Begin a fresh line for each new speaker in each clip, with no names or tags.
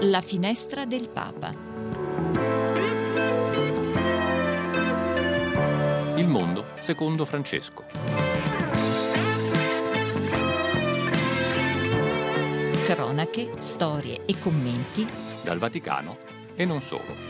La finestra del Papa.
Il mondo secondo Francesco.
Cronache, storie e commenti
Dal Vaticano e non solo.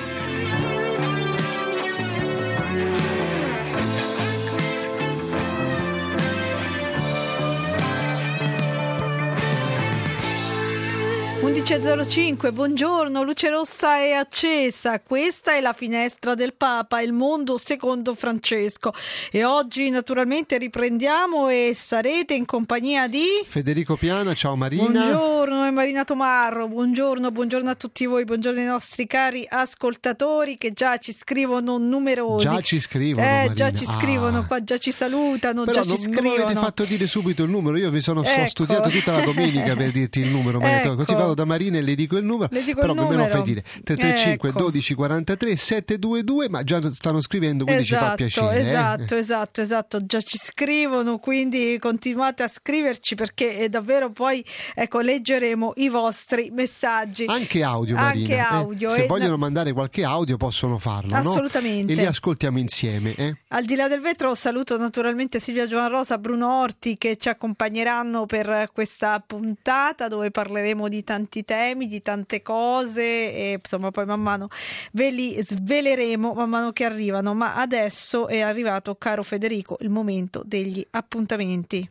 (11:05). Buongiorno, luce rossa è accesa, questa è la finestra del Papa, il mondo secondo Francesco, e oggi naturalmente riprendiamo e sarete in compagnia di
Federico Piana. Ciao Marina.
Buongiorno, e Marina Tomarro. Buongiorno a tutti voi, buongiorno ai nostri cari ascoltatori che già ci scrivono numerosi.
Già ci scrivono, Marina.
Già ci scrivono, qua già ci salutano.
Però
già ci scrivono.
Non mi avete fatto dire subito il numero, io mi sono studiato tutta la domenica per dirti il numero, Marina. Così vado da Marina e le dico il numero, però me lo fai dire. 335 12 43 722, ma già stanno scrivendo, quindi ci fa piacere.
Esatto, già ci scrivono, quindi continuate a scriverci perché davvero poi leggeremo i vostri messaggi.
Anche audio, Marina. Se vogliono mandare qualche audio possono farlo,
assolutamente,
no? E li ascoltiamo insieme.
Al di là del vetro saluto naturalmente Silvia Giovanrosa, Bruno Orti, che ci accompagneranno per questa puntata dove parleremo di tanti temi, di tante cose, e insomma poi man mano ve li sveleremo man mano che arrivano. Ma adesso è arrivato, caro Federico, il momento degli appuntamenti.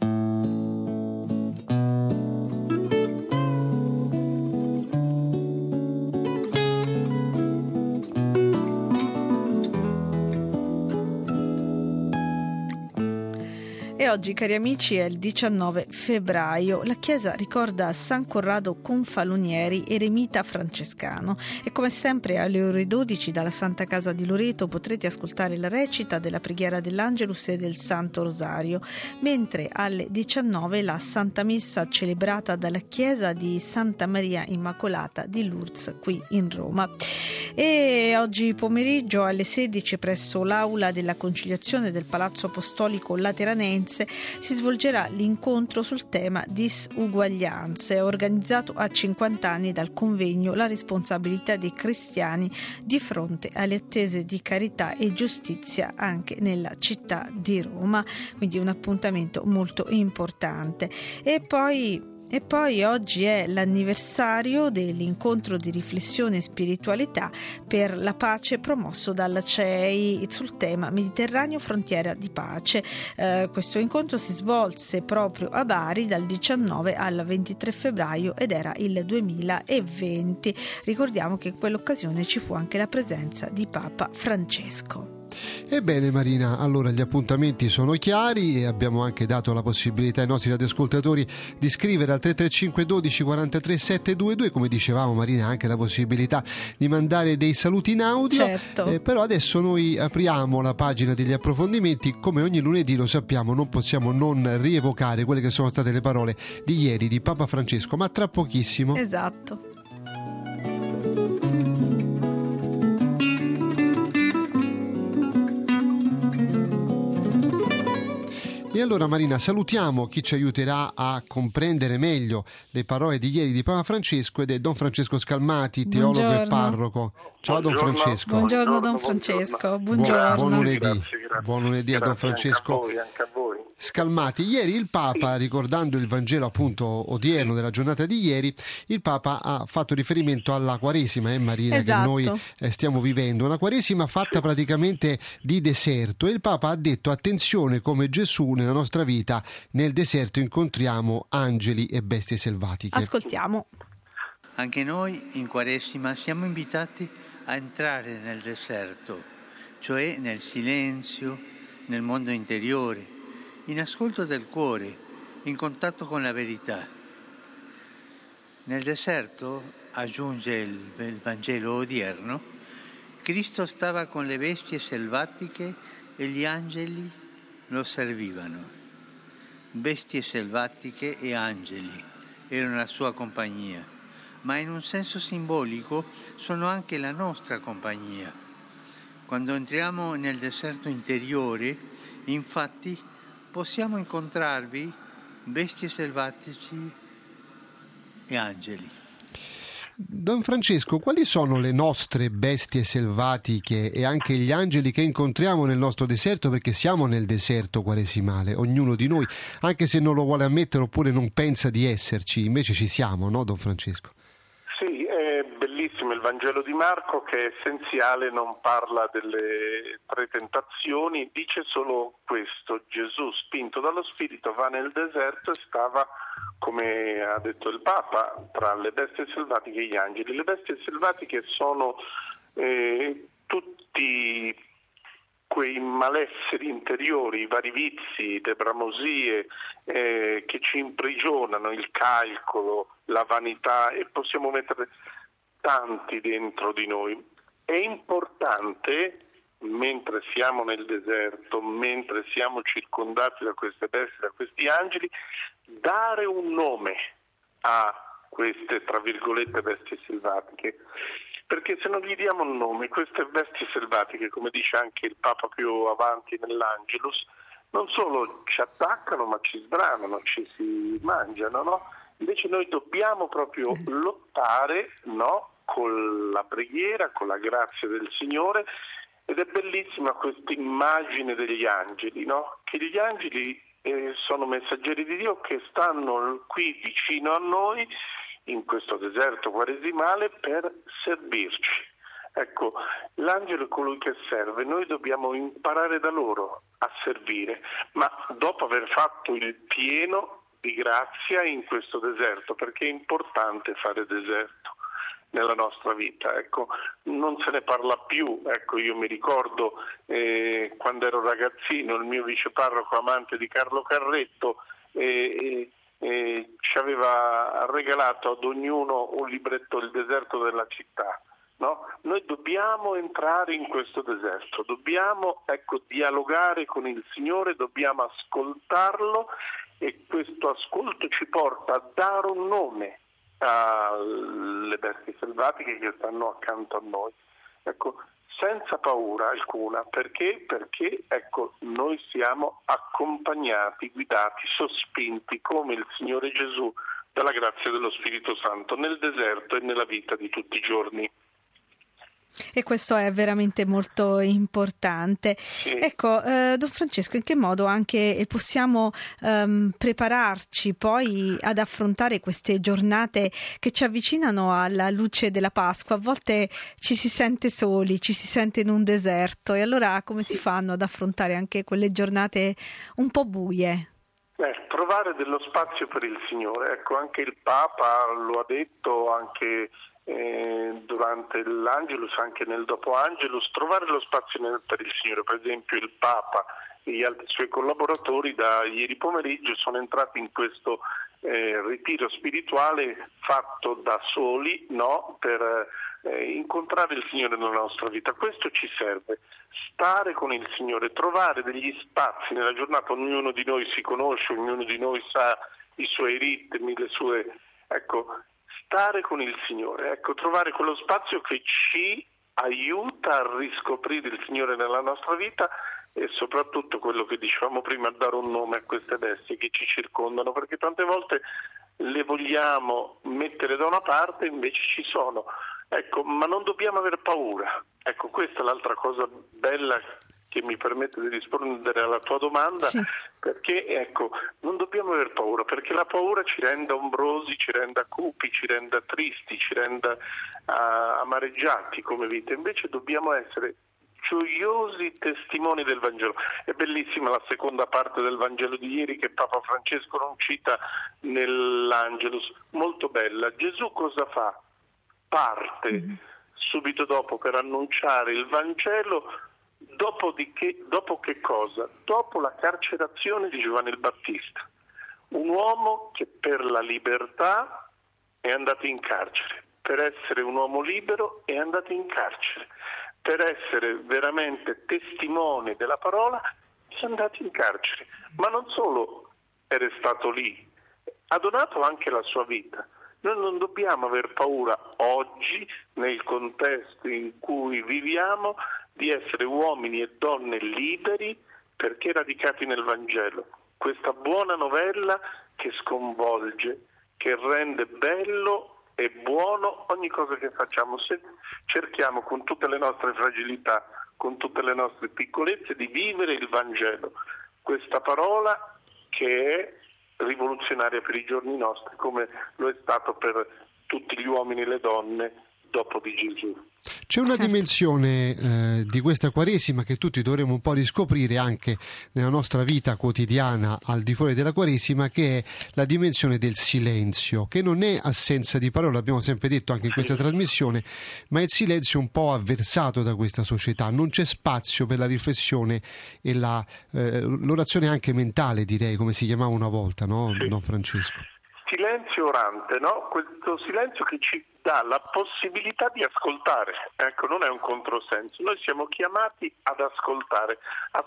E oggi, cari amici, è il 19 febbraio. La Chiesa ricorda San Corrado Confalonieri, eremita francescano. E come sempre alle ore 12 dalla Santa Casa di Loreto potrete ascoltare la recita della preghiera dell'Angelus e del Santo Rosario, mentre alle 19 la Santa Messa celebrata dalla Chiesa di Santa Maria Immacolata di Lourdes qui in Roma. E oggi pomeriggio alle 16 presso l'Aula della Conciliazione del Palazzo Apostolico Lateranense si svolgerà l'incontro sul tema disuguaglianze, organizzato a 50 anni dal convegno La responsabilità dei cristiani di fronte alle attese di carità e giustizia anche nella città di Roma, quindi un appuntamento molto importante. E poi oggi è l'anniversario dell'incontro di riflessione e spiritualità per la pace promosso dalla CEI sul tema Mediterraneo frontiera di pace. Questo incontro si svolse proprio a Bari dal 19 al 23 febbraio ed era il 2020. Ricordiamo che in quell'occasione ci fu anche la presenza di Papa Francesco.
Ebbene Marina, allora gli appuntamenti sono chiari e abbiamo anche dato la possibilità ai nostri radioascoltatori di scrivere al 335 12 43 722, come dicevamo Marina, anche la possibilità di mandare dei saluti in audio.
Certo.
Però adesso noi apriamo la pagina degli approfondimenti. Come ogni lunedì, lo sappiamo, non possiamo non rievocare quelle che sono state le parole di ieri di Papa Francesco, ma tra pochissimo.
Esatto.
E allora Marina, salutiamo chi ci aiuterà a comprendere meglio le parole di ieri di Papa Francesco, ed è Don Francesco Scalmati, teologo e parroco. Ciao Don Francesco.
Buongiorno Don Francesco. Buongiorno.
Buon lunedì.
Grazie.
Buon lunedì a Don Francesco
Anche a voi.
Scalmati. Ieri il Papa, ricordando il Vangelo appunto odierno della giornata di ieri, il Papa ha fatto riferimento alla Quaresima, Marina,
esatto,
che noi stiamo vivendo, una Quaresima fatta praticamente di deserto, e il Papa ha detto: attenzione, come Gesù nella nostra vita nel deserto incontriamo angeli e bestie selvatiche.
Ascoltiamo.
Anche noi in Quaresima siamo invitati a entrare nel deserto, cioè nel silenzio, nel mondo interiore, in ascolto del cuore, in contatto con la verità. Nel deserto, aggiunge il Vangelo odierno, Cristo stava con le bestie selvatiche e gli angeli lo servivano. Bestie selvatiche e angeli erano la sua compagnia, ma in un senso simbolico sono anche la nostra compagnia. Quando entriamo nel deserto interiore, infatti, possiamo incontrarvi bestie selvatici e angeli.
Don Francesco, quali sono le nostre bestie selvatiche e anche gli angeli che incontriamo nel nostro deserto, perché siamo nel deserto quaresimale, ognuno di noi, anche se non lo vuole ammettere oppure non pensa di esserci, invece ci siamo, no Don Francesco?
Sì, è bellissimo il Vangelo di Marco, che è essenziale, non parla delle 3 tentazioni, dice solo questo: Gesù, spinto dallo Spirito, va nel deserto e stava, come ha detto il Papa, tra le bestie selvatiche e gli angeli. Le bestie selvatiche sono tutti quei malesseri interiori, i vari vizi, le bramosie che ci imprigionano, il calcolo, la vanità, e possiamo mettere tanti dentro di noi. È importante, mentre siamo nel deserto, mentre siamo circondati da queste bestie, da questi angeli, dare un nome a queste, tra virgolette, bestie selvatiche. Perché se non gli diamo un nome, queste bestie selvatiche, come dice anche il Papa più avanti nell'Angelus, non solo ci attaccano, ma ci sbranano, ci si mangiano, no? Invece noi dobbiamo proprio lottare, no? Con la preghiera, con la grazia del Signore. Ed è bellissima questa immagine degli angeli, no? Che gli angeli sono messaggeri di Dio che stanno qui vicino a noi in questo deserto quaresimale per servirci. Ecco, l'angelo è colui che serve, noi dobbiamo imparare da loro a servire, ma dopo aver fatto il pieno di grazia in questo deserto, perché è importante fare deserto nella nostra vita. Ecco, non se ne parla più. Ecco, io mi ricordo quando ero ragazzino, il mio viceparroco, amante di Carlo Carretto, ci aveva regalato ad ognuno un libretto, Il deserto della città. No? Noi dobbiamo entrare in questo deserto, dobbiamo dialogare con il Signore, dobbiamo ascoltarlo, e questo ascolto ci porta a dare un nome alle bestie selvatiche che stanno accanto a noi. Ecco, senza paura alcuna, perché noi siamo accompagnati, guidati, sospinti come il Signore Gesù dalla grazia dello Spirito Santo nel deserto e nella vita di tutti i giorni.
E questo è veramente molto importante. Sì. Ecco, Don Francesco, in che modo anche possiamo prepararci poi ad affrontare queste giornate che ci avvicinano alla luce della Pasqua? A volte ci si sente soli, ci si sente in un deserto, e allora come si fanno ad affrontare anche quelle giornate un po' buie?
Trovare dello spazio per il Signore. Ecco, anche il Papa lo ha detto, anche durante l'Angelus, anche nel dopo Angelus, trovare lo spazio per il Signore. Per esempio il Papa e gli altri suoi collaboratori da ieri pomeriggio sono entrati in questo ritiro spirituale fatto da soli, no? Per incontrare il Signore nella nostra vita. Questo ci serve, stare con il Signore, trovare degli spazi nella giornata. Ognuno di noi si conosce, ognuno di noi sa i suoi ritmi, le sue, stare con il Signore, trovare quello spazio che ci aiuta a riscoprire il Signore nella nostra vita, e soprattutto quello che dicevamo prima, dare un nome a queste bestie che ci circondano, perché tante volte le vogliamo mettere da una parte, invece ci sono, ma non dobbiamo aver paura. Questa è l'altra cosa bella che mi permette di rispondere alla tua domanda, sì. Perché non dobbiamo aver paura, perché la paura ci renda ombrosi, ci renda cupi, ci renda tristi, ci renda amareggiati come vita. Invece dobbiamo essere gioiosi testimoni del Vangelo. È bellissima la seconda parte del Vangelo di ieri che Papa Francesco non cita nell'Angelus, molto bella. Gesù cosa fa? Parte subito dopo per annunciare il Vangelo. Dopo che cosa? Dopo la carcerazione di Giovanni il Battista, un uomo che per la libertà è andato in carcere, per essere un uomo libero è andato in carcere, per essere veramente testimone della parola è andato in carcere, ma non solo è restato lì, ha donato anche la sua vita. Noi non dobbiamo aver paura oggi, nel contesto in cui viviamo, di essere uomini e donne liberi, perché radicati nel Vangelo. Questa buona novella che sconvolge, che rende bello è buono ogni cosa che facciamo, se cerchiamo con tutte le nostre fragilità, con tutte le nostre piccolezze, di vivere il Vangelo, questa parola che è rivoluzionaria per i giorni nostri, come lo è stato per tutti gli uomini e le donne dopo di Gesù.
C'è una dimensione di questa Quaresima che tutti dovremmo un po' riscoprire anche nella nostra vita quotidiana al di fuori della Quaresima, che è la dimensione del silenzio, che non è assenza di parole, l'abbiamo sempre detto anche in questa trasmissione, ma è il silenzio un po' avversato da questa società. Non c'è spazio per la riflessione e l'orazione anche mentale, direi, come si chiamava una volta, no, Don Francesco?
Silenzio orante, no? Questo silenzio che ci dà la possibilità di ascoltare, ecco, non è un controsenso, noi siamo chiamati ad ascoltare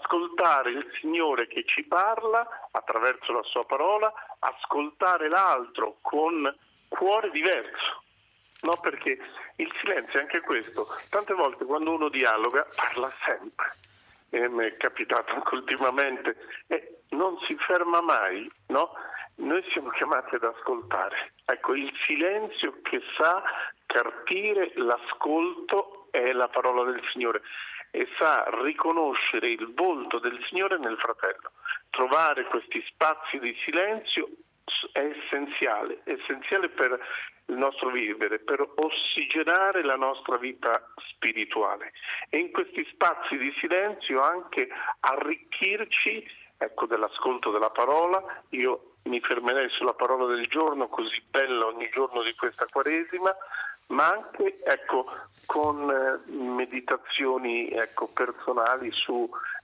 il Signore che ci parla attraverso la sua parola, ascoltare l'altro con cuore diverso, no? Perché il silenzio è anche questo, tante volte quando uno dialoga parla sempre, e mi è capitato anche ultimamente, e non si ferma mai, no? Noi siamo chiamati ad ascoltare. Ecco, il silenzio che sa carpire l'ascolto è la parola del Signore e sa riconoscere il volto del Signore nel fratello. Trovare questi spazi di silenzio è essenziale per il nostro vivere, per ossigenare la nostra vita spirituale e in questi spazi di silenzio anche arricchirci, ecco, dell'ascolto della parola. Io mi fermerei sulla parola del giorno, così bella ogni giorno di questa Quaresima, ma anche, ecco, con meditazioni, ecco, personali su,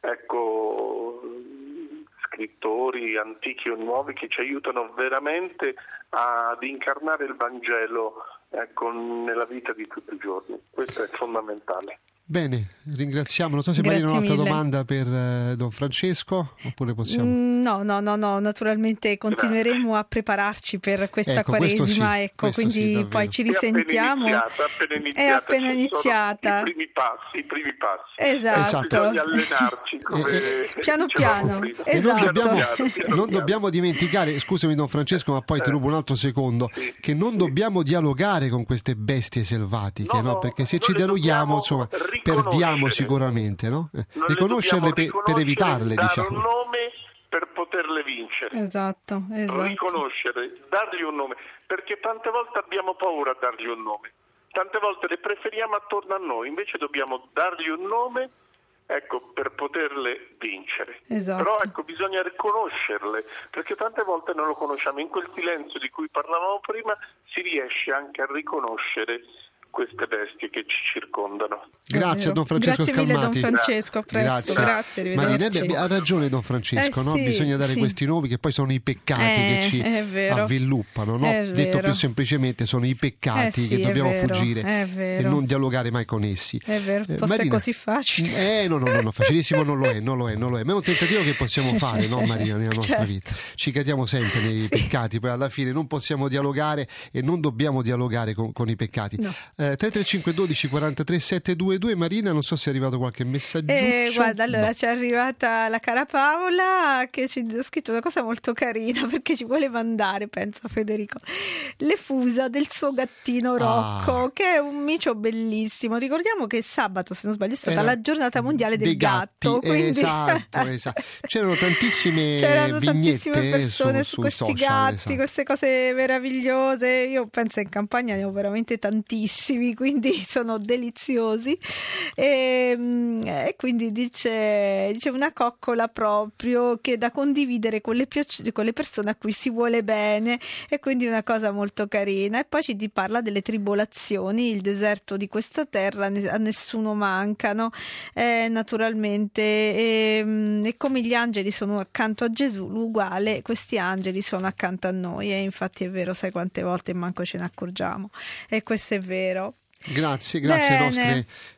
ecco, scrittori antichi o nuovi che ci aiutano veramente ad incarnare il Vangelo, ecco, nella vita di tutti i giorni. Questo è fondamentale.
Bene, ringraziamo. Non so se Marina ha un'altra domanda per Don Francesco, oppure possiamo...
No, naturalmente continueremo a prepararci per questa Quaresima, ecco, quindi sì, poi ci risentiamo. È appena iniziata.
I primi passi.
Esatto.
Bisogna allenarci
piano piano.
E non dobbiamo dimenticare, scusami Don Francesco, ma poi ti rubo un altro secondo, che non dobbiamo dialogare con queste bestie selvatiche, no? Perché se ci dialoghiamo, insomma, perdiamo sicuramente, no? Riconoscerle per evitarle, diciamo.
Un nome per poterle vincere.
Esatto.
Riconoscere, dargli un nome, perché tante volte abbiamo paura a dargli un nome. Tante volte le preferiamo attorno a noi, invece dobbiamo dargli un nome, ecco, per poterle vincere.
Esatto.
Però ecco, bisogna riconoscerle, perché tante volte non lo conosciamo. In quel silenzio di cui parlavamo prima si riesce anche a riconoscere queste bestie che ci circondano.
Grazie a Don Francesco
Scalmati. Grazie mille Don Francesco,
grazie. Marina, ha ragione Don Francesco, no? Bisogna dare questi nomi che poi sono i peccati che ci avviluppano, no? Detto più semplicemente, sono i peccati che dobbiamo fuggire e non dialogare mai con essi.
È vero, forse Marina, è così facile.
No, facilissimo non lo è, ma è un tentativo che possiamo fare, no Marina, nella nostra vita. Ci cadiamo sempre nei peccati, poi alla fine non possiamo dialogare e non dobbiamo dialogare con i peccati. No. 335 12 43 722. Marina, non so se è arrivato qualche messaggio.
Guarda, allora ci è arrivata la cara Paola che ci ha scritto una cosa molto carina, perché ci vuole mandare, penso Federico, le fusa del suo gattino Rocco, che è un micio bellissimo. Ricordiamo che sabato, se non sbaglio, è stata la giornata mondiale del gatto, quindi...
esatto. C'erano tantissime
persone su questi
social,
gatti, queste cose meravigliose. Io penso in campagna ne ho veramente tantissimi, quindi sono deliziosi, e quindi dice una coccola proprio che da condividere con le persone a cui si vuole bene, e quindi una cosa molto carina. E poi ci parla delle tribolazioni, il deserto di questa terra a nessuno mancano, naturalmente, e come gli angeli sono accanto a Gesù, uguale, questi angeli sono accanto a noi, e infatti è vero, sai quante volte manco ce ne accorgiamo, e questo è vero.
Grazie ai nostri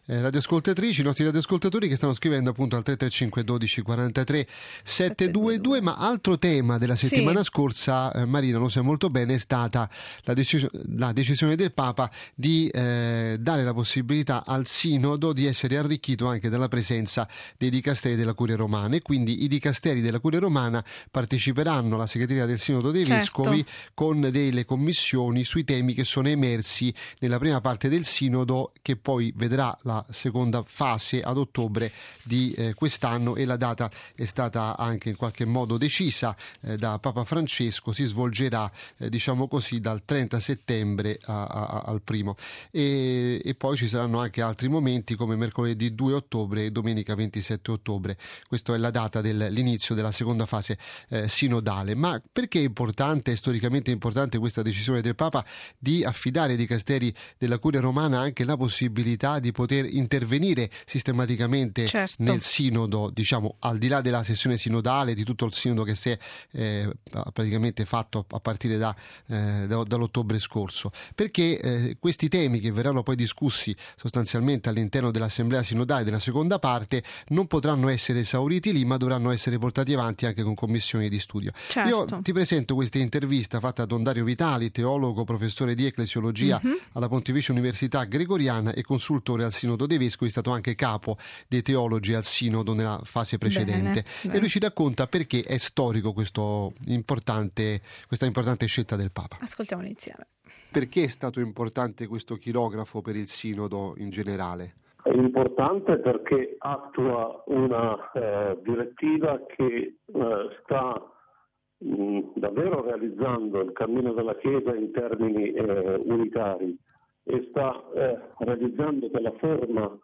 radioascoltatrici, i nostri radioascoltatori che stanno scrivendo appunto al 335 12 43 722. Ma altro tema della settimana scorsa, Marina, lo sai molto bene, è stata la decisione del Papa di dare la possibilità al Sinodo di essere arricchito anche dalla presenza dei dicasteri della Curia Romana, e quindi i dicasteri della Curia Romana parteciperanno alla segreteria del Sinodo dei Vescovi con delle commissioni sui temi che sono emersi nella prima parte del Sinodo, che poi vedrà la seconda fase ad ottobre di quest'anno, e la data è stata anche in qualche modo decisa da Papa Francesco. Si svolgerà diciamo così dal 30 settembre al 1 e poi ci saranno anche altri momenti come mercoledì 2 ottobre e domenica 27 ottobre. Questa è la data dell'inizio della seconda fase sinodale. Ma perché è importante, storicamente importante, questa decisione del Papa di affidare ai dicasteri della Curia Romana anche la possibilità di poter intervenire sistematicamente nel Sinodo, diciamo al di là della sessione sinodale, di tutto il Sinodo che si è praticamente fatto a partire dall'ottobre scorso? Perché questi temi, che verranno poi discussi sostanzialmente all'interno dell'Assemblea Sinodale della seconda parte, non potranno essere esauriti lì, ma dovranno essere portati avanti anche con commissioni di studio. Io ti presento questa intervista fatta a Don Dario Vitali, teologo, professore di ecclesiologia alla Pontificia Università Gregoriana e consultore al Sinodo dei Vescovi, è stato anche capo dei teologi al Sinodo nella fase precedente. E lui ci racconta perché è storico questa importante scelta del Papa.
Ascoltiamolo insieme.
Perché è stato importante questo chirografo per il Sinodo in generale?
È importante perché attua una direttiva che sta davvero realizzando il cammino della Chiesa in termini unitari, e sta realizzando quella forma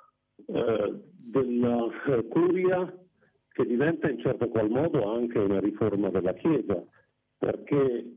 della curia che diventa in certo qual modo anche una riforma della Chiesa, perché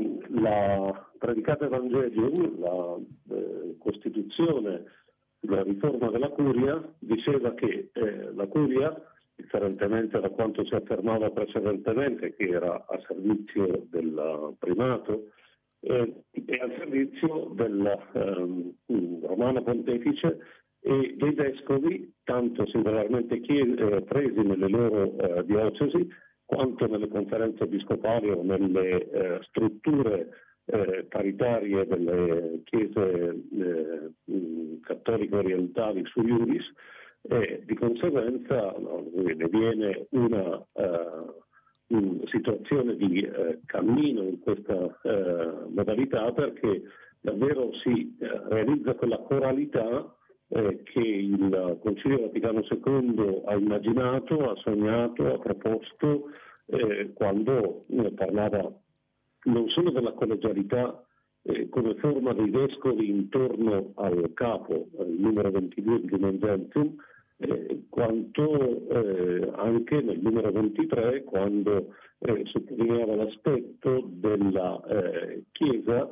la Predicata Evangelium, la Costituzione, la riforma della curia, diceva che la curia, differentemente da quanto si affermava precedentemente, che era a servizio del primato, è al servizio del Romano Pontefice e dei vescovi, tanto singolarmente presi nelle loro diocesi, quanto nelle conferenze episcopali o nelle strutture paritarie delle chiese cattoliche orientali sui iuris, e di conseguenza ne viene una situazione di cammino in questa modalità, perché davvero si realizza quella coralità che il Concilio Vaticano II ha immaginato, ha sognato, ha proposto quando parlava non solo della collegialità come forma dei vescovi intorno al capo, il numero 22 di Lumen Gentium, quanto anche nel numero 23, quando sottolineava l'aspetto della Chiesa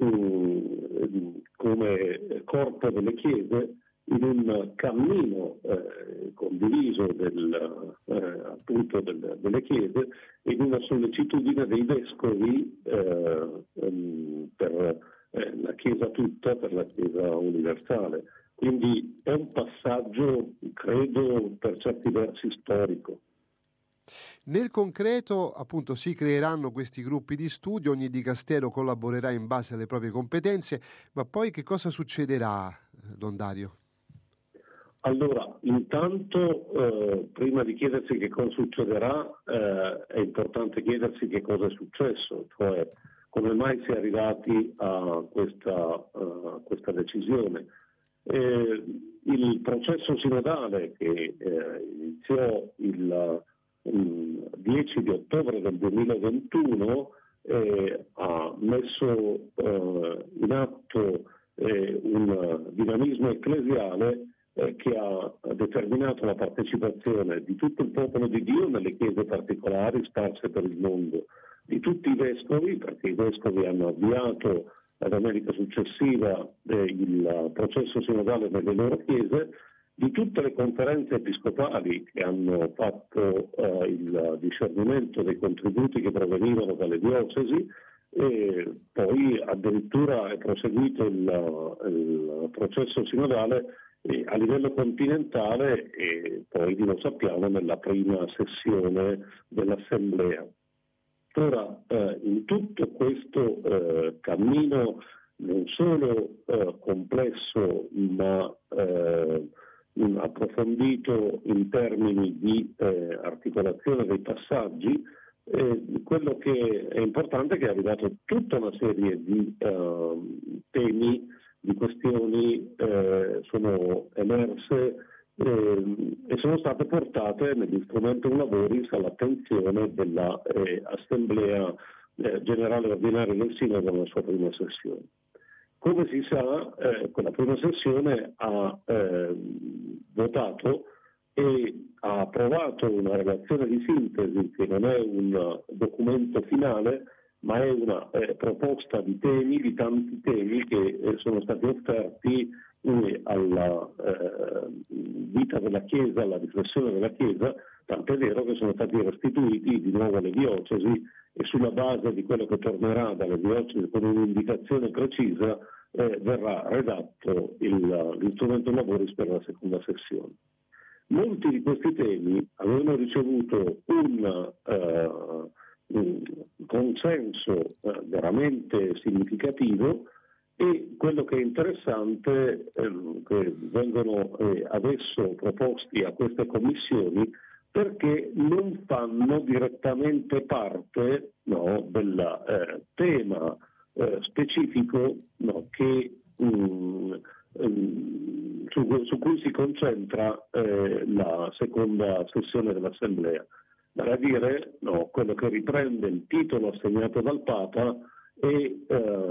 come corpo delle Chiese in un cammino condiviso appunto delle Chiese, in una sollecitudine dei vescovi per la Chiesa tutta, per la Chiesa universale. Quindi è un passaggio, credo, per certi versi storico.
Nel concreto, appunto, si creeranno questi gruppi di studio, ogni dicastero collaborerà in base alle proprie competenze, ma poi che cosa succederà, Don Dario?
Allora, intanto, prima di chiedersi che cosa succederà, è importante chiedersi che cosa è successo, cioè come mai si è arrivati a questa decisione. Il processo sinodale che iniziò il 10 di ottobre del 2021 ha messo in atto un dinamismo ecclesiale che ha determinato la partecipazione di tutto il popolo di Dio nelle chiese particolari sparse per il mondo, di tutti i vescovi, perché i vescovi hanno avviato la domenica successiva il processo sinodale nelle loro chiese, di tutte le conferenze episcopali che hanno fatto il discernimento dei contributi che provenivano dalle diocesi, e poi addirittura è proseguito il processo sinodale a livello continentale e poi, lo sappiamo, nella prima sessione dell'Assemblea. Ora, in tutto questo cammino non solo complesso ma approfondito in termini di articolazione dei passaggi, quello che è importante è che è arrivato tutta una serie di temi, di questioni sono emerse e sono state portate nell'instrumentum laboris all'attenzione dell'Assemblea Generale Ordinaria del Sinodo nella sua prima sessione. Come si sa, quella prima sessione ha votato e ha approvato una relazione di sintesi che non è un documento finale, ma è una proposta di temi, di tanti temi che sono stati offerti alla vita della Chiesa, alla riflessione della Chiesa, tant'è vero che sono stati restituiti di nuovo alle diocesi e sulla base di quello che tornerà dalle diocesi con un'indicazione precisa verrà redatto l'instrumento laboris per la seconda sessione. Molti di questi temi avevano ricevuto un consenso veramente significativo e quello che è interessante che vengono adesso proposti a queste commissioni perché non fanno direttamente parte del tema specifico che su cui si concentra la seconda sessione dell'Assemblea, vale a dire quello che riprende il titolo assegnato dal Papa e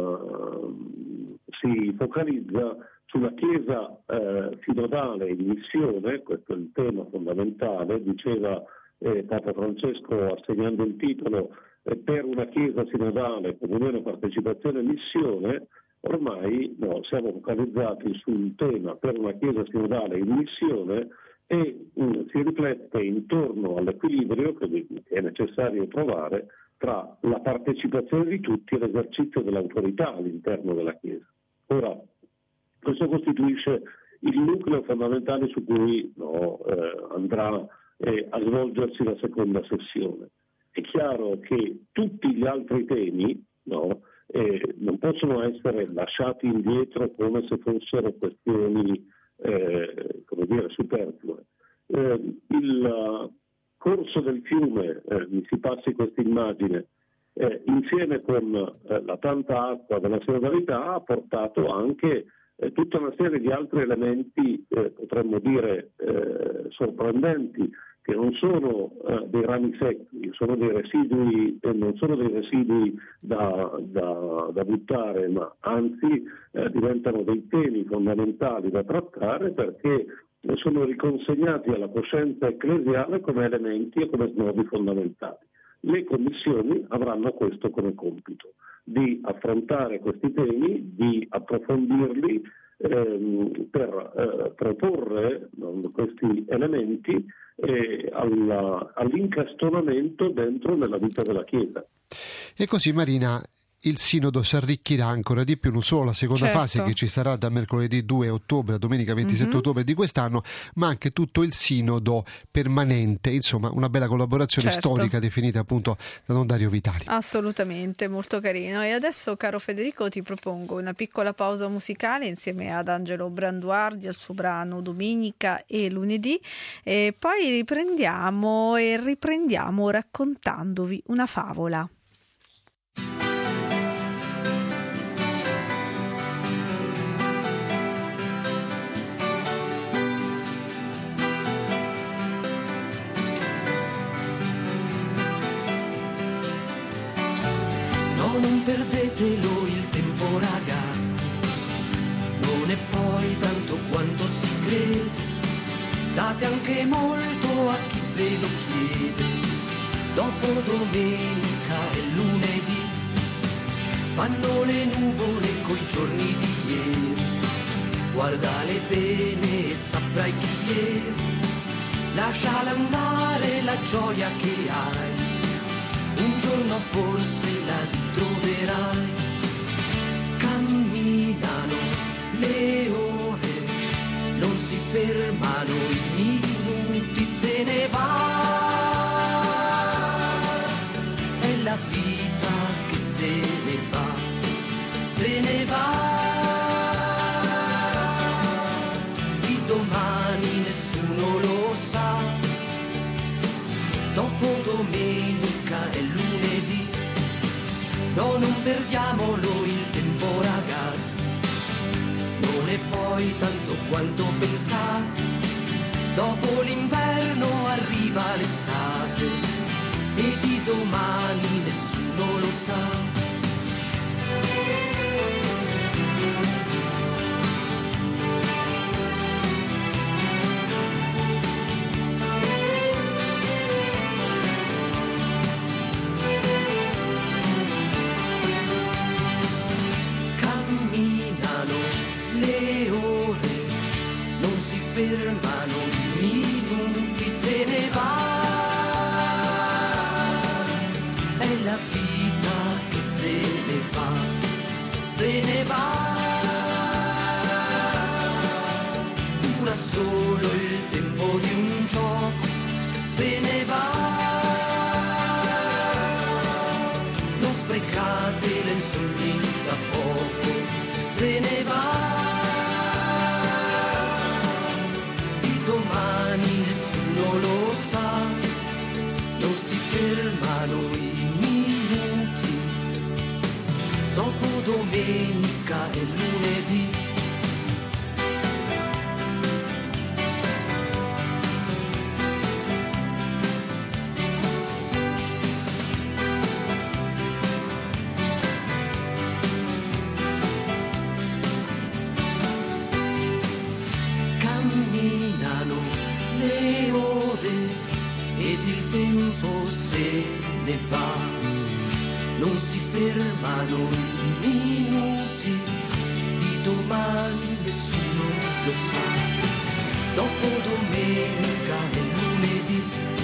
si focalizza sulla Chiesa sinodale in missione. Questo è il tema fondamentale, diceva Papa Francesco assegnando il titolo per una Chiesa sinodale, comunione, partecipazione e missione. Ormai siamo focalizzati sul tema per una Chiesa sinodale in missione e si riflette intorno all'equilibrio che è necessario trovare tra la partecipazione di tutti e l'esercizio dell'autorità all'interno della Chiesa. Ora, questo costituisce il nucleo fondamentale su cui andrà a svolgersi la seconda sessione. È chiaro che tutti gli altri temi non possono essere lasciati indietro come se fossero questioni superflue. Il corso del fiume, mi si passi questa immagine, insieme con la tanta acqua della sinodalità ha portato anche tutta una serie di altri elementi, potremmo dire sorprendenti, che non sono dei rami secchi, sono dei residui, non sono dei residui da buttare, ma anzi diventano dei temi fondamentali da trattare perché sono riconsegnati alla coscienza ecclesiale come elementi e come snodi fondamentali. Le commissioni avranno questo come compito, di affrontare questi temi, di approfondirli per proporre questi elementi all'incastonamento dentro nella vita della Chiesa.
E così, Marina, il Sinodo si arricchirà ancora di più, non solo la seconda fase che ci sarà da mercoledì 2 ottobre a domenica 27 ottobre di quest'anno, ma anche tutto il Sinodo permanente, insomma una bella collaborazione storica definita appunto da Don Dario Vitali.
Assolutamente, molto carino. E adesso, caro Federico, ti propongo una piccola pausa musicale insieme ad Angelo Branduardi al suo brano Domenica e Lunedì e poi riprendiamo raccontandovi una favola.
Non perdetelo il tempo, ragazzi, non è poi tanto quanto si crede, date anche molto a chi ve lo chiede. Dopo domenica e lunedì fanno le nuvole coi giorni di ieri, guardale bene e saprai chi è, lasciala andare la gioia che hai, un giorno forse la ritroverai. Camminano le ore, non se ne va. Di domani nessuno lo sa. Dopo domenica e lunedì. No, non perdiamolo il tempo, ragazzi. Non è poi tanto quanto pensate. Dopo l'inverno arriva l'estate e di domani nessuno lo sa. Camminano le ore, non si fermano i minuti, se ne va. È la vita che se ne va, se ne va. Dura solo il tempo di un gioco, se ne va. Non sprecate lenzuoli da poco, se ne va. Di domani nessuno lo sa, non si fermano i minuti. Dopo domenica e lunedì. Camminano le ore ed il tempo se ne va. Non si fermano i minuti, di domani nessuno lo sa. Dopo domenica e lunedì.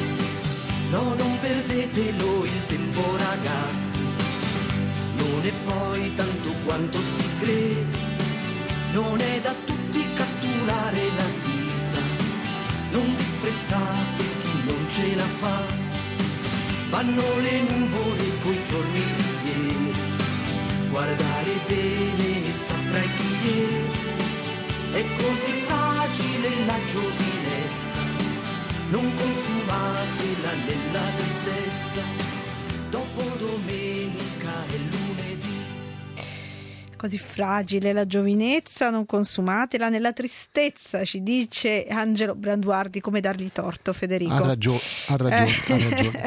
No, non perdetelo il tempo, ragazzi. Non è poi tanto quanto si crede. Non è da tutti catturare la vita. Non disprezzate chi non ce la fa. Vanno le nuvole coi giorni di ieri. Guardare bene e saprai chi è. È così fragile la giovinezza. Non consumatela nella tristezza. Dopo domenica e lunedì.
Così fragile la giovinezza, non consumatela nella tristezza, ci dice Angelo Branduardi. Come dargli torto, Federico?
Ha ragione.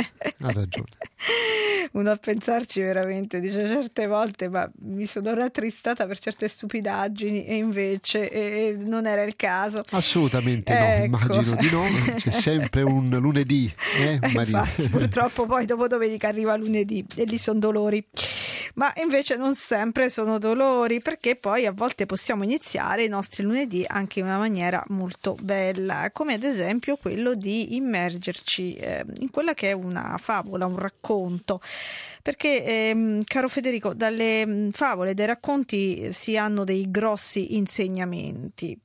Uno a pensarci veramente dice certe volte, ma mi sono rattristata per certe stupidaggini e invece non era il caso.
Assolutamente
ecco.
No, immagino di no. C'è sempre un lunedì, Marina?
Infatti, purtroppo poi dopo domenica arriva lunedì e lì sono dolori. Ma invece non sempre sono dolori, perché poi a volte possiamo iniziare i nostri lunedì anche in una maniera molto bella, come ad esempio quello di immergerci in quella che è una favola, un racconto, perché caro Federico, dalle favole, dai racconti si hanno dei grossi insegnamenti.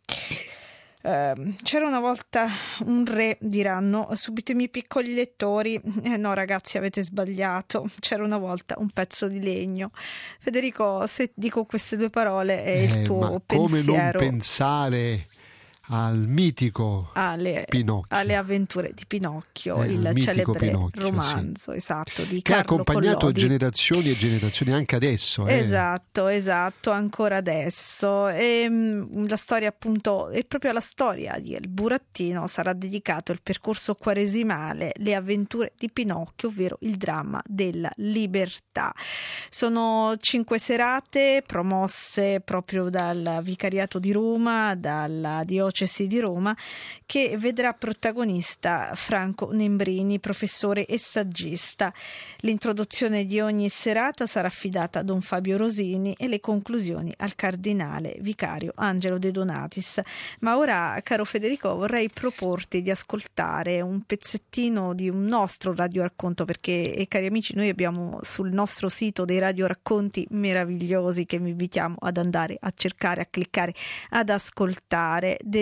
C'era una volta un re, diranno subito i miei piccoli lettori. No ragazzi, avete sbagliato. C'era una volta un pezzo di legno. Federico, se dico queste due parole è il tuo pensiero.
Come non pensare al mitico Pinocchio,
alle avventure di Pinocchio, il celebre
Pinocchio,
romanzo, sì. Esatto, di
che ha
Carlo
accompagnato
Collodi.
generazioni e generazioni anche adesso.
Esatto, ancora adesso. E la storia, appunto, è proprio la storia di El Burattino, sarà dedicato il percorso quaresimale, le avventure di Pinocchio, ovvero il dramma della libertà. Sono 5 serate promosse proprio dal Vicariato di Roma, dalla Diocesi di Roma, che vedrà protagonista Franco Nembrini, professore e saggista. L'introduzione di ogni serata sarà affidata a Don Fabio Rosini e le conclusioni al cardinale vicario Angelo De Donatis. Ma ora, caro Federico, vorrei proporti di ascoltare un pezzettino di un nostro radioracconto, perché, cari amici, noi abbiamo sul nostro sito dei radioracconti meravigliosi che vi invitiamo ad andare a cercare, a cliccare, ad ascoltare, dedicati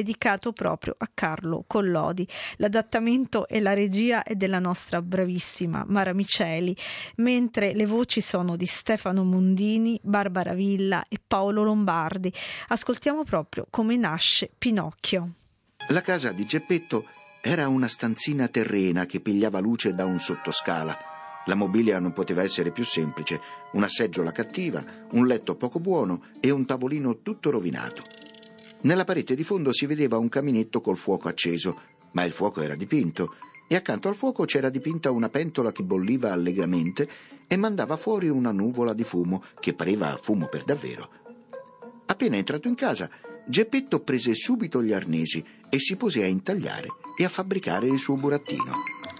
dedicato proprio a Carlo Collodi. L'adattamento e la regia è della nostra bravissima Mara Miceli, mentre le voci sono di Stefano Mondini, Barbara Villa e Paolo Lombardi. Ascoltiamo proprio come nasce Pinocchio.
La casa di Geppetto era una stanzina terrena che pigliava luce da un sottoscala. La mobilia non poteva essere più semplice: una seggiola cattiva, un letto poco buono e un tavolino tutto rovinato. Nella parete di fondo si vedeva un caminetto col fuoco acceso, ma il fuoco era dipinto, e accanto al fuoco c'era dipinta una pentola che bolliva allegramente e mandava fuori una nuvola di fumo che pareva fumo per davvero. Appena entrato in casa, Geppetto prese subito gli arnesi e si pose a intagliare e a fabbricare il suo burattino.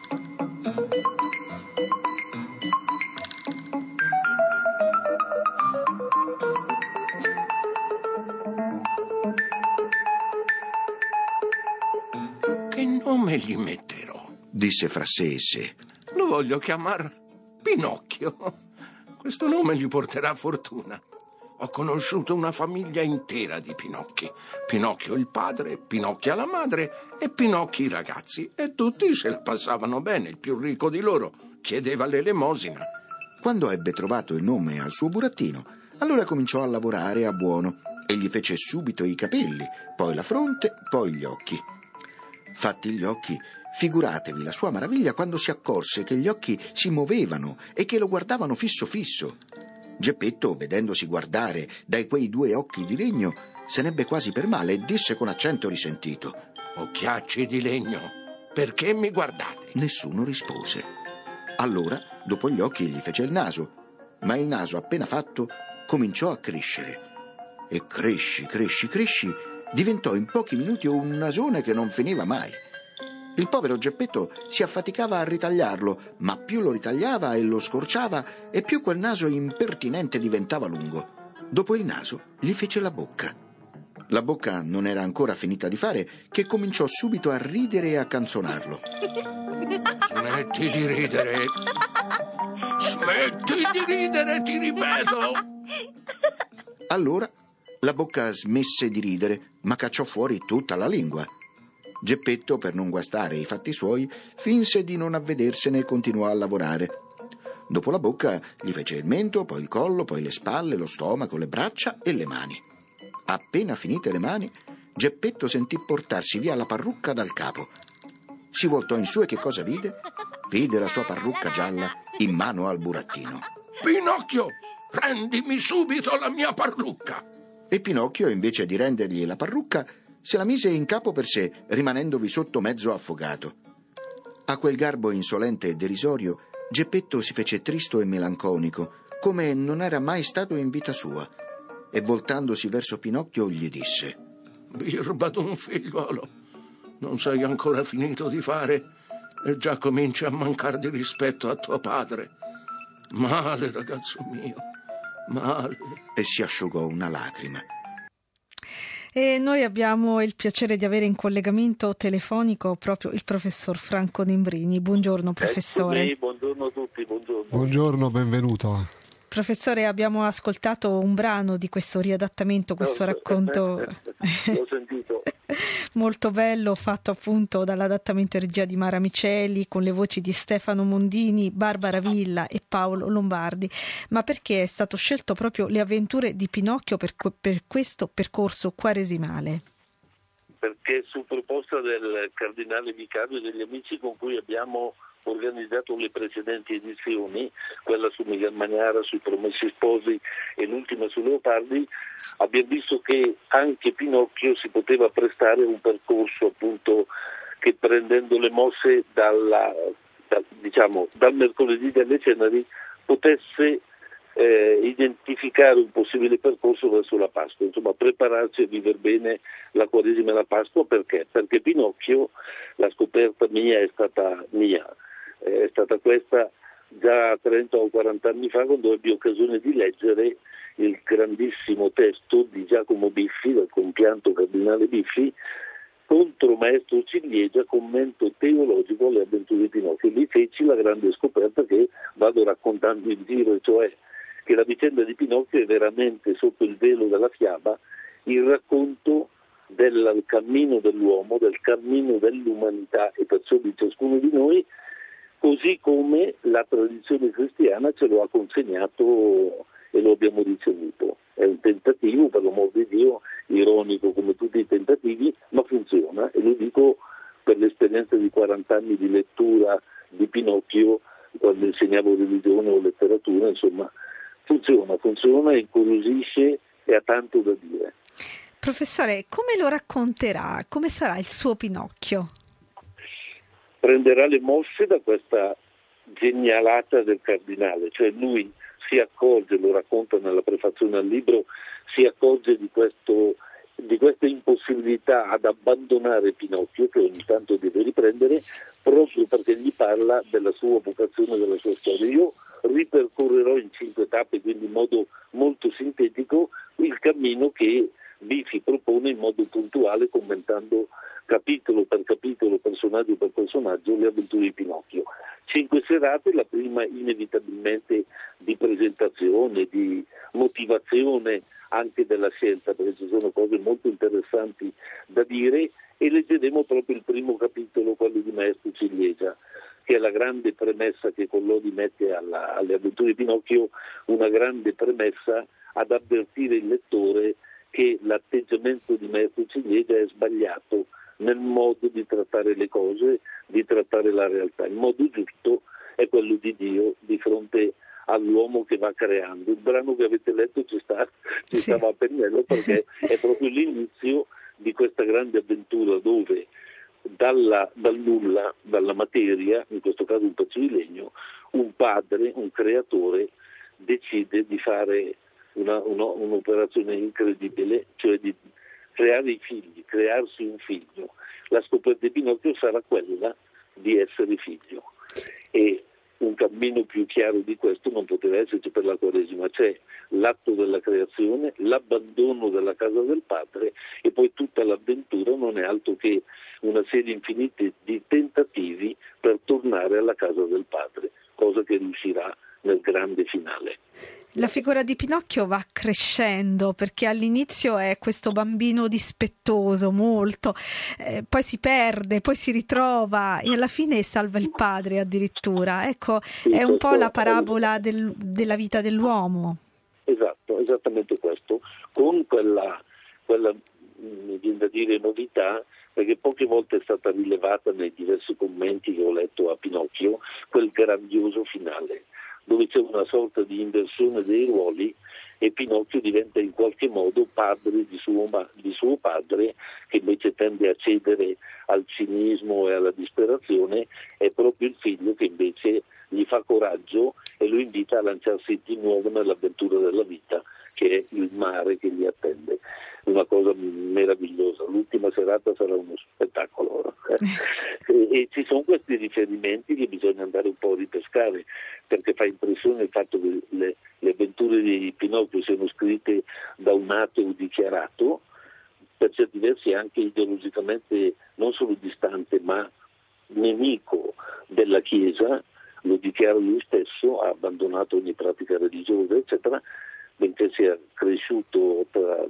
Che nome gli metterò?
Disse fra sé e sé.
Lo voglio chiamare Pinocchio. Questo nome gli porterà fortuna. Ho conosciuto una famiglia intera di Pinocchi. Pinocchio il padre, Pinocchia la madre e Pinocchi i ragazzi. E tutti se la passavano bene. Il più ricco di loro chiedeva l'elemosina.
Quando ebbe trovato il nome al suo burattino, allora cominciò a lavorare a buono e gli fece subito i capelli, poi la fronte, poi gli occhi. Fatti gli occhi, figuratevi la sua maraviglia quando si accorse che gli occhi si muovevano e che lo guardavano fisso fisso. Geppetto, vedendosi guardare da quei due occhi di legno, se n'ebbe quasi per male e disse con accento risentito:
Occhiacci di legno, perché mi guardate?
Nessuno rispose. Allora, dopo gli occhi, gli fece il naso, ma il naso appena fatto cominciò a crescere. E cresci, diventò in pochi minuti un nasone che non finiva mai. Il povero Geppetto si affaticava a ritagliarlo, ma più lo ritagliava e lo scorciava, e più quel naso impertinente diventava lungo. Dopo il naso gli fece la bocca. La bocca non era ancora finita di fare che cominciò subito a ridere e a canzonarlo.
Smetti di ridere! Smetti di ridere, ti ripeto!
Allora la bocca smesse di ridere, ma cacciò fuori tutta la lingua. Geppetto, per non guastare i fatti suoi, finse di non avvedersene e continuò a lavorare. Dopo la bocca gli fece il mento, poi il collo, poi le spalle, lo stomaco, le braccia e le mani. Appena finite le mani, Geppetto sentì portarsi via la parrucca dal capo. Si voltò in su e che cosa vide? Vide la sua parrucca gialla in mano al burattino.
Pinocchio, rendimi subito la mia parrucca!
E Pinocchio, invece di rendergli la parrucca, se la mise in capo per sé, rimanendovi sotto mezzo affogato. A quel garbo insolente e derisorio, Geppetto si fece tristo e melanconico, come non era mai stato in vita sua, e voltandosi verso Pinocchio gli disse:
Birba d'un figliuolo, non sei ancora finito di fare e già cominci a mancare di rispetto a tuo padre. Male, ragazzo mio, male.
E si asciugò una lacrima.
E noi abbiamo il piacere di avere in collegamento telefonico proprio il professor Franco Nembrini. Buongiorno professore.
Buongiorno a tutti, buongiorno.
Buongiorno, benvenuto.
Professore, abbiamo ascoltato un brano di questo riadattamento, questo racconto
L'ho sentito.
molto bello, fatto appunto dall'adattamento in regia di Mara Miceli, con le voci di Stefano Mondini, Barbara Villa e Paolo Lombardi. Ma perché è stato scelto proprio le avventure di Pinocchio per questo percorso quaresimale?
Perché su proposta del cardinale vicario e degli amici con cui abbiamo organizzato le precedenti edizioni, quella su Miguel Magnara, sui Promessi Sposi e l'ultima su Leopardi, abbiamo visto che anche Pinocchio si poteva prestare a un percorso appunto che, prendendo le mosse dal mercoledì delle ceneri, potesse identificare un possibile percorso verso la Pasqua, insomma prepararsi a vivere bene la Quaresima e la Pasqua. Perché? Perché Pinocchio, la scoperta mia è stata questa già 30 o 40 anni fa, quando ebbi occasione di leggere il grandissimo testo di Giacomo Biffi, dal compianto cardinale Biffi, contro Maestro Ciliegia, commento teologico alle avventure di Pinocchio. Lì feci la grande scoperta che vado raccontando in giro, e cioè che la vicenda di Pinocchio è veramente, sotto il velo della fiaba, il racconto
del cammino dell'uomo, del cammino dell'umanità e perciò di ciascuno di noi, così come la tradizione cristiana ce lo ha consegnato e lo abbiamo ricevuto. È un tentativo, per l'amor di Dio, ironico come tutti i tentativi, ma funziona, e lo dico per l'esperienza di 40 anni di lettura di Pinocchio quando insegnavo religione o letteratura. Insomma, funziona, incuriosisce e ha tanto da dire.
Professore, come lo racconterà? Come sarà il suo Pinocchio?
Prenderà le mosse da questa genialata del cardinale, cioè lui si accorge, lo racconta nella prefazione al libro, si accorge di questa impossibilità ad abbandonare Pinocchio, che ogni tanto deve riprendere, proprio perché gli parla della sua vocazione, della sua storia. Io ripercorrerò in 5 tappe, quindi in modo molto sintetico, il cammino che Bifi propone in modo puntuale, commentando capitolo per capitolo, personaggio per personaggio, le avventure di Pinocchio. 5 serate, la prima inevitabilmente di presentazione, di motivazione anche della scelta, perché ci sono cose molto interessanti da dire, e leggeremo proprio il primo capitolo, quello di Maestro Ciliegia, che è la grande premessa che Collodi mette alle avventure di Pinocchio, una grande premessa ad avvertire il lettore che l'atteggiamento di Maestro Ciliegia è sbagliato nel modo di trattare le cose, di trattare la realtà. Il modo giusto è quello di Dio di fronte all'uomo che va creando. Il brano che avete letto ci stava a pennello, perché è proprio l'inizio di questa grande avventura dove dal nulla, dalla materia, in questo caso un pezzo di legno, un padre, un creatore, decide di fare un'operazione incredibile, cioè di creare i figli, crearsi un figlio. La scoperta di Pinocchio sarà quella di essere figlio, e un cammino più chiaro di questo non poteva esserci per la Quaresima. C'è l'atto della creazione, l'abbandono della casa del padre, e poi tutta l'avventura non è altro che una serie infinita di tentativi per tornare alla casa del padre, cosa che riuscirà nel grande finale.
La figura di Pinocchio va crescendo, perché all'inizio è questo bambino dispettoso, molto, poi si perde, poi si ritrova e alla fine salva il padre addirittura. Ecco, è un po' la parabola della vita dell'uomo.
Esatto, esattamente questo, con quella mi viene da dire novità, perché poche volte è stata rilevata nei diversi commenti che ho letto a Pinocchio, quel grandioso finale, dove c'è una sorta di inversione dei ruoli e Pinocchio diventa in qualche modo padre di suo padre, che invece tende a cedere al cinismo e alla disperazione. È proprio il figlio che invece gli fa coraggio e lo invita a lanciarsi di nuovo nell'avventura della vita, che è il mare che gli attende. Una cosa meravigliosa. L'ultima serata sarà uno spettacolo. E ci sono questi riferimenti che bisogna andare un po' a ripescare, perché fa impressione il fatto che le avventure di Pinocchio siano scritte da un ateo dichiarato, per certi versi anche ideologicamente non solo distante ma nemico della Chiesa. Lo dichiara lui stesso, ha abbandonato ogni pratica religiosa, eccetera, benché sia cresciuto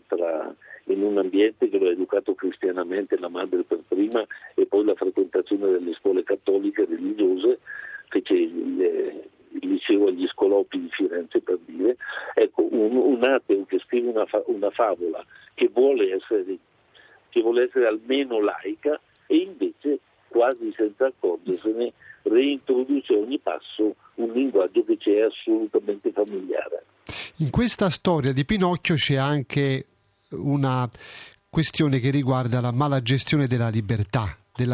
in un ambiente che lo ha educato cristianamente, la madre per prima, e poi la frequentazione delle scuole cattoliche religiose, fece il liceo agli Scolopi di Firenze, per dire. Ecco, un ateo che scrive una favola che vuole essere almeno laica, e invece quasi senza accorgersene reintroduce a ogni passo un linguaggio che ci è assolutamente familiare.
In questa storia di Pinocchio c'è anche una questione che riguarda la mala gestione della libertà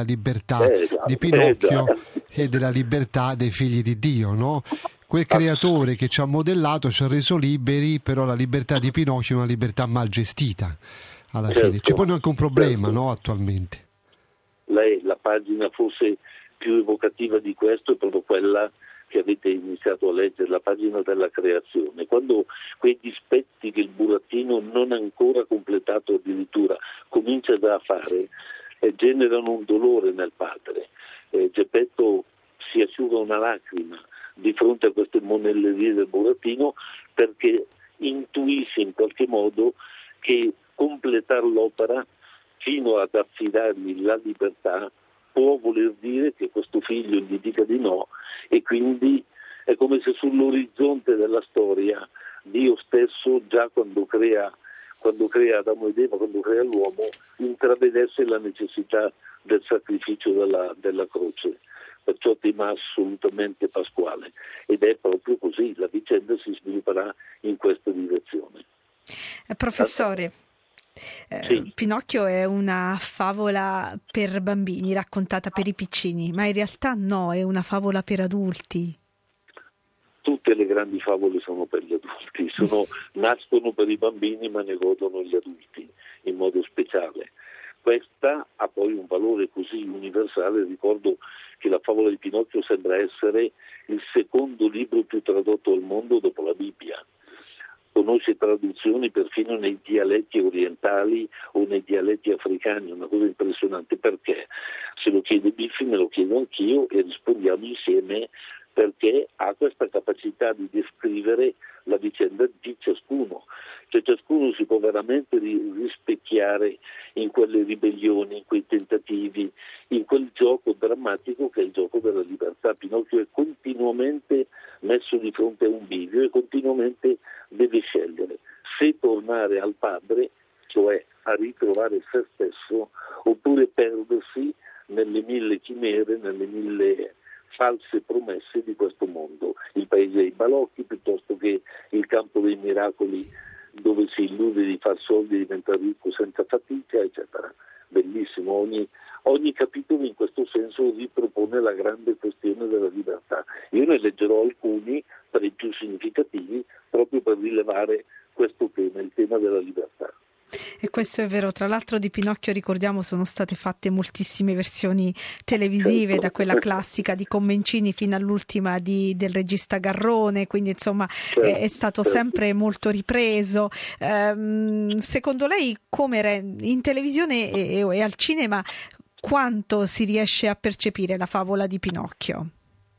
di Pinocchio e della libertà dei figli di Dio, no? Quel creatore che ci ha modellato, ci ha reso liberi, però la libertà di Pinocchio è una libertà mal gestita alla fine. Ci pone anche un problema, no, attualmente.
La pagina forse più evocativa di questo è proprio quella che avete iniziato a leggere, la pagina della creazione, quando quei dispetti che il burattino non ha ancora completato addirittura comincia già a fare, generano un dolore nel padre. Geppetto si asciuga una lacrima di fronte a queste monellerie del burattino, perché intuisce in qualche modo che completare l'opera fino ad affidargli la libertà, può voler dire che questo figlio gli dica di no, e quindi è come se sull'orizzonte della storia Dio stesso, già quando crea Adamo ed Eva, quando crea l'uomo, intravedesse la necessità del sacrificio della croce. Perciò tema assolutamente pasquale, ed è proprio così, la vicenda si svilupperà in questa direzione.
Professore,
sì.
Pinocchio è una favola per bambini, raccontata per i piccini, ma in realtà no, è una favola per adulti.
Tutte le grandi favole sono per gli adulti, nascono per i bambini ma ne godono gli adulti in modo speciale. Questa ha poi un valore così universale. Ricordo che la favola di Pinocchio sembra essere il secondo libro più tradotto al mondo dopo la Bibbia. Conosce traduzioni perfino nei dialetti orientali o nei dialetti africani, una cosa impressionante. Perché? Se lo chiede Biffi, me lo chiedo anch'io e rispondiamo insieme, perché ha questa capacità di descrivere la vicenda di ciascuno. Cioè ciascuno si può veramente rispecchiare in quelle ribellioni, in quei tentativi, in quel gioco drammatico che è il gioco della libertà. Pinocchio è continuamente messo di fronte a un bivio e continuamente deve scegliere se tornare al padre, cioè a ritrovare se stesso, oppure perdersi nelle mille chimere, nelle mille false promesse di questo mondo, il paese dei balocchi piuttosto che il campo dei miracoli dove si illude di far soldi e diventare ricco senza fatica, eccetera. Bellissimo, ogni capitolo in questo senso ripropone la grande questione della libertà. Io ne leggerò alcuni tra i più significativi proprio per rilevare questo tema, il tema della libertà.
E questo è vero, tra l'altro di Pinocchio ricordiamo sono state fatte moltissime versioni televisive, certo, da quella classica di Commencini fino all'ultima del regista Garrone, quindi insomma certo, è stato sempre molto ripreso. Secondo lei come in televisione e al cinema quanto si riesce a percepire la favola di Pinocchio?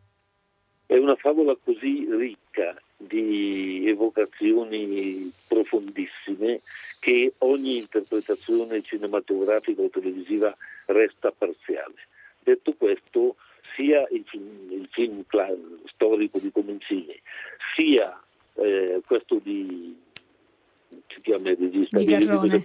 È una favola così ricca di evocazioni profondissime che ogni interpretazione cinematografica o televisiva resta parziale. Detto questo, sia il film storico di Comencini, sia questo si chiama il regista,
di Garrone.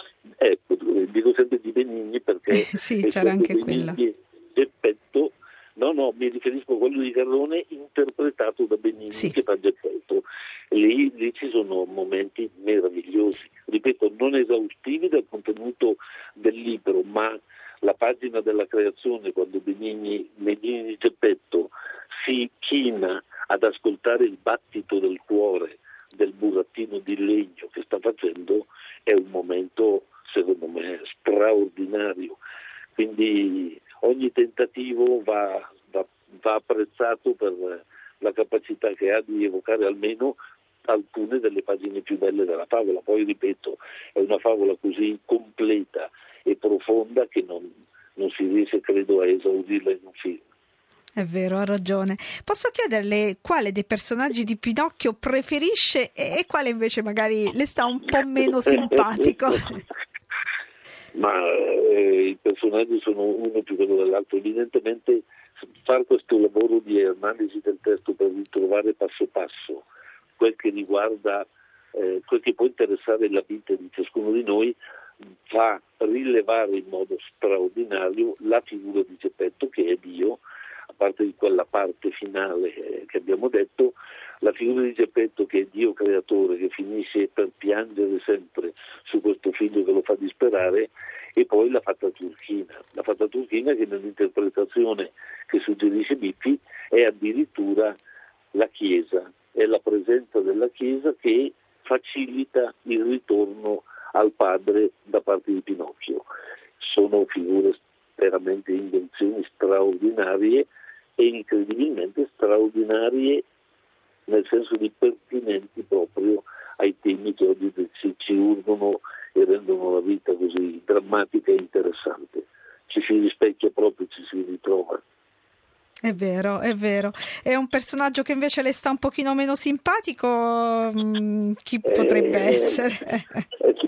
Dico sempre di Benigni perché
sì, c'era anche quella.
Geppetto. No, mi riferisco a quello di Garrone interpretato da Benigni, sì, che fa Geppetto. Lì ci sono momenti meravigliosi, ripeto, non esaustivi dal contenuto del libro, ma la pagina della creazione, quando Benigni di Geppetto si china ad ascoltare il battito del cuore del burattino di legno che sta facendo, è un momento, secondo me, straordinario. Quindi ogni tentativo va apprezzato per la capacità che ha di evocare almeno alcune delle pagine più belle della favola. Poi, ripeto, è una favola così completa e profonda che non si riesce, credo, a esaurirla in un film.
È vero, ha ragione. Posso chiederle quale dei personaggi di Pinocchio preferisce e quale invece magari le sta un po' meno simpatico?
Ma i personaggi sono uno più bello dell'altro. Evidentemente fare questo lavoro di analisi del testo per ritrovare passo passo quel che riguarda quel che può interessare la vita di ciascuno di noi fa rilevare in modo straordinario la figura di Geppetto, che è Dio, a parte di quella parte finale che abbiamo detto, la figura di Geppetto che è Dio creatore, che finisce per piangere sempre su questo figlio che lo fa disperare, e poi la fata turchina che nell'interpretazione che suggerisce Biffi è addirittura la Chiesa, è la presenza della Chiesa che facilita il ritorno al padre da parte di Pinocchio. Sono figure veramente, invenzioni straordinarie e incredibilmente straordinarie nel senso di pertinenti proprio ai temi che oggi ci urgono e rendono la vita così drammatica e interessante. Ci si rispecchia proprio, ci si ritrova.
È vero, è vero. È un personaggio che invece le sta un pochino meno simpatico? Chi potrebbe essere?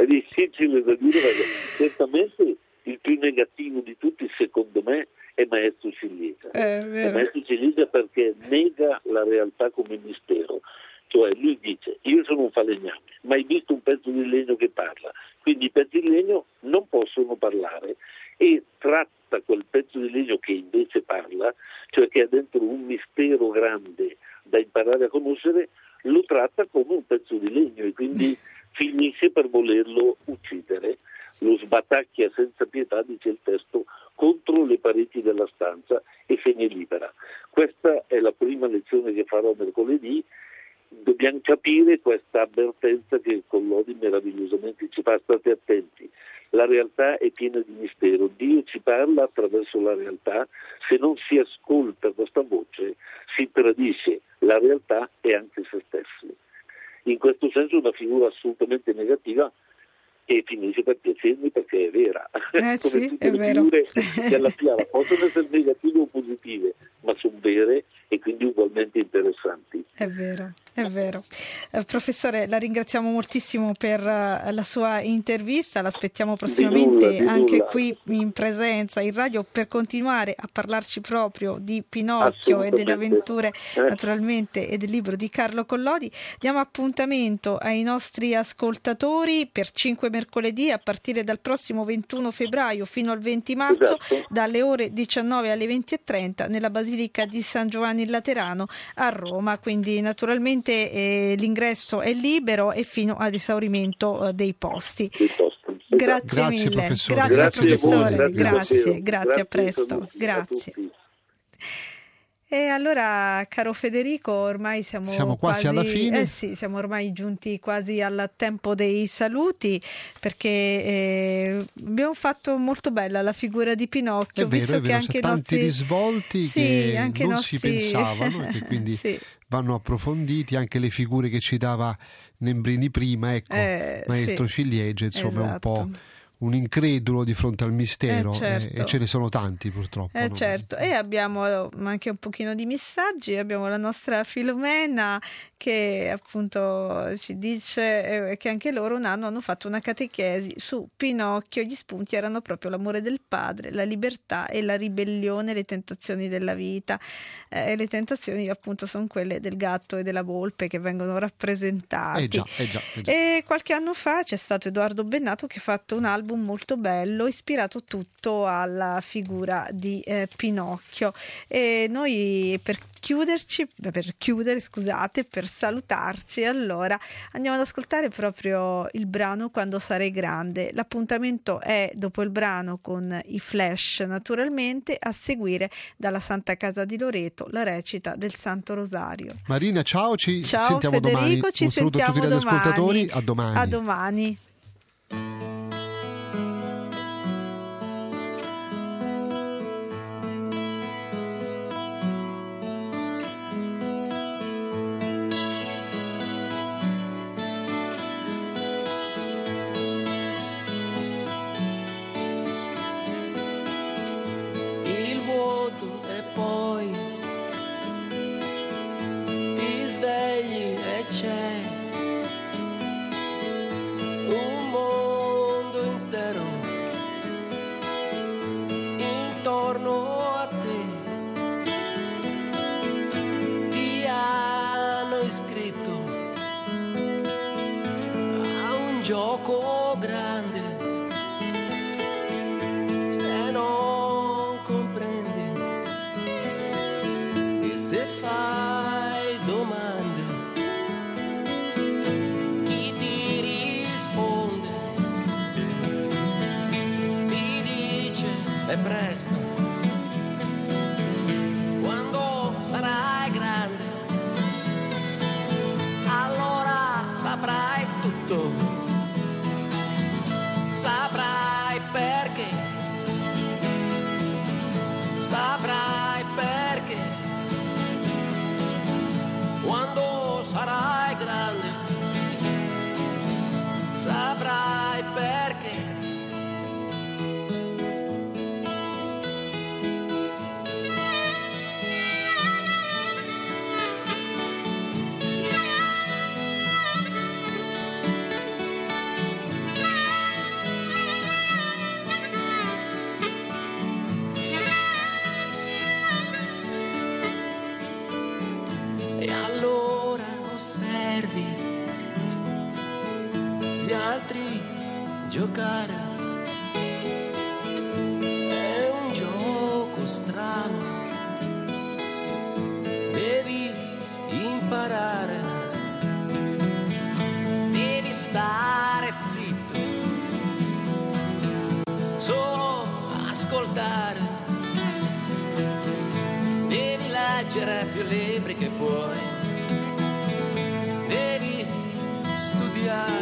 difficile da dire, perché certamente il più negativo di tutti, secondo me, è Maestro Ciliegia. È Maestro Ciliegia perché nega la realtà come mistero. Cioè lui dice: io sono un falegname, ma hai visto un pezzo di legno che parla? Quindi i pezzi di legno non possono parlare, e tratta quel pezzo di legno che invece parla, cioè che ha dentro un mistero grande da imparare a conoscere, lo tratta come un pezzo di legno e quindi finisce per volerlo uccidere. Lo sbatacchia senza pietà, dice il testo, contro le pareti della stanza e se ne libera. Questa è la prima lezione che farò mercoledì. Dobbiamo capire questa avvertenza che Collodi meravigliosamente ci fa: state attenti, la realtà è piena di mistero, Dio ci parla attraverso la realtà, se non si ascolta questa voce si tradisce la realtà e anche se stessi. In questo senso è una figura assolutamente negativa, e finisce per piacermi perché è vera. Come
sì,
tutte
è
le
vero.
figure della Piara possono essere negative o positive, ma sono vere e quindi ugualmente interessanti.
È vero, è vero. Professore, la ringraziamo moltissimo per la sua intervista, l'aspettiamo prossimamente
di nulla.
Qui in presenza in radio per continuare a parlarci proprio di Pinocchio e delle avventure naturalmente e del libro di Carlo Collodi. Diamo appuntamento ai nostri ascoltatori per 5 mercoledì a partire dal prossimo 21 febbraio fino al 20 marzo, dalle ore 19 alle 20:30 nella Basilica di San Giovanni in Laterano a Roma, quindi naturalmente l'ingresso è libero e fino ad esaurimento dei posti. Grazie mille,
professore.
grazie professore,
Grazie,
grazie, a presto, grazie. E allora, caro Federico, ormai siamo
quasi alla fine.
Sì, siamo ormai giunti quasi al tempo dei saluti, perché abbiamo fatto molto bella la figura di Pinocchio.
È vero,
che anche
sono tanti risvolti che
anche
non si pensavano e che quindi vanno approfonditi, anche le figure che citava Nembrini prima, ecco, Maestro Ciliegia, insomma, è un po' un incredulo di fronte al mistero, e ce ne sono tanti purtroppo.
Certo, e abbiamo anche un pochino di messaggi. Abbiamo la nostra Filomena che appunto ci dice che anche loro un anno hanno fatto una catechesi su Pinocchio. Gli spunti erano proprio l'amore del padre, la libertà e la ribellione, le tentazioni della vita. E le tentazioni appunto sono quelle del gatto e della volpe che vengono rappresentate.
Già.
E qualche anno fa c'è stato Edoardo Bennato che ha fatto un album molto bello ispirato tutto alla figura di Pinocchio, e noi per salutarci allora andiamo ad ascoltare proprio il brano Quando sarai grande. L'appuntamento è dopo il brano con i Flash, naturalmente, a seguire dalla Santa Casa di Loreto la recita del Santo Rosario.
Marina, ciao, ci
ciao
sentiamo
Federico,
domani. Un saluto a tutti gli ascoltatori, a domani.
Gioco grande, se non comprendi e se fai domande, chi ti risponde ti dice è presto, quando sarai grande, allora saprai tutto. Saprai perché, quando sarai grande, saprai perché. gli altri giocare. È un gioco strano, devi imparare, devi stare zitto, solo ascoltare, devi leggere più libri che puoi, devi studiare.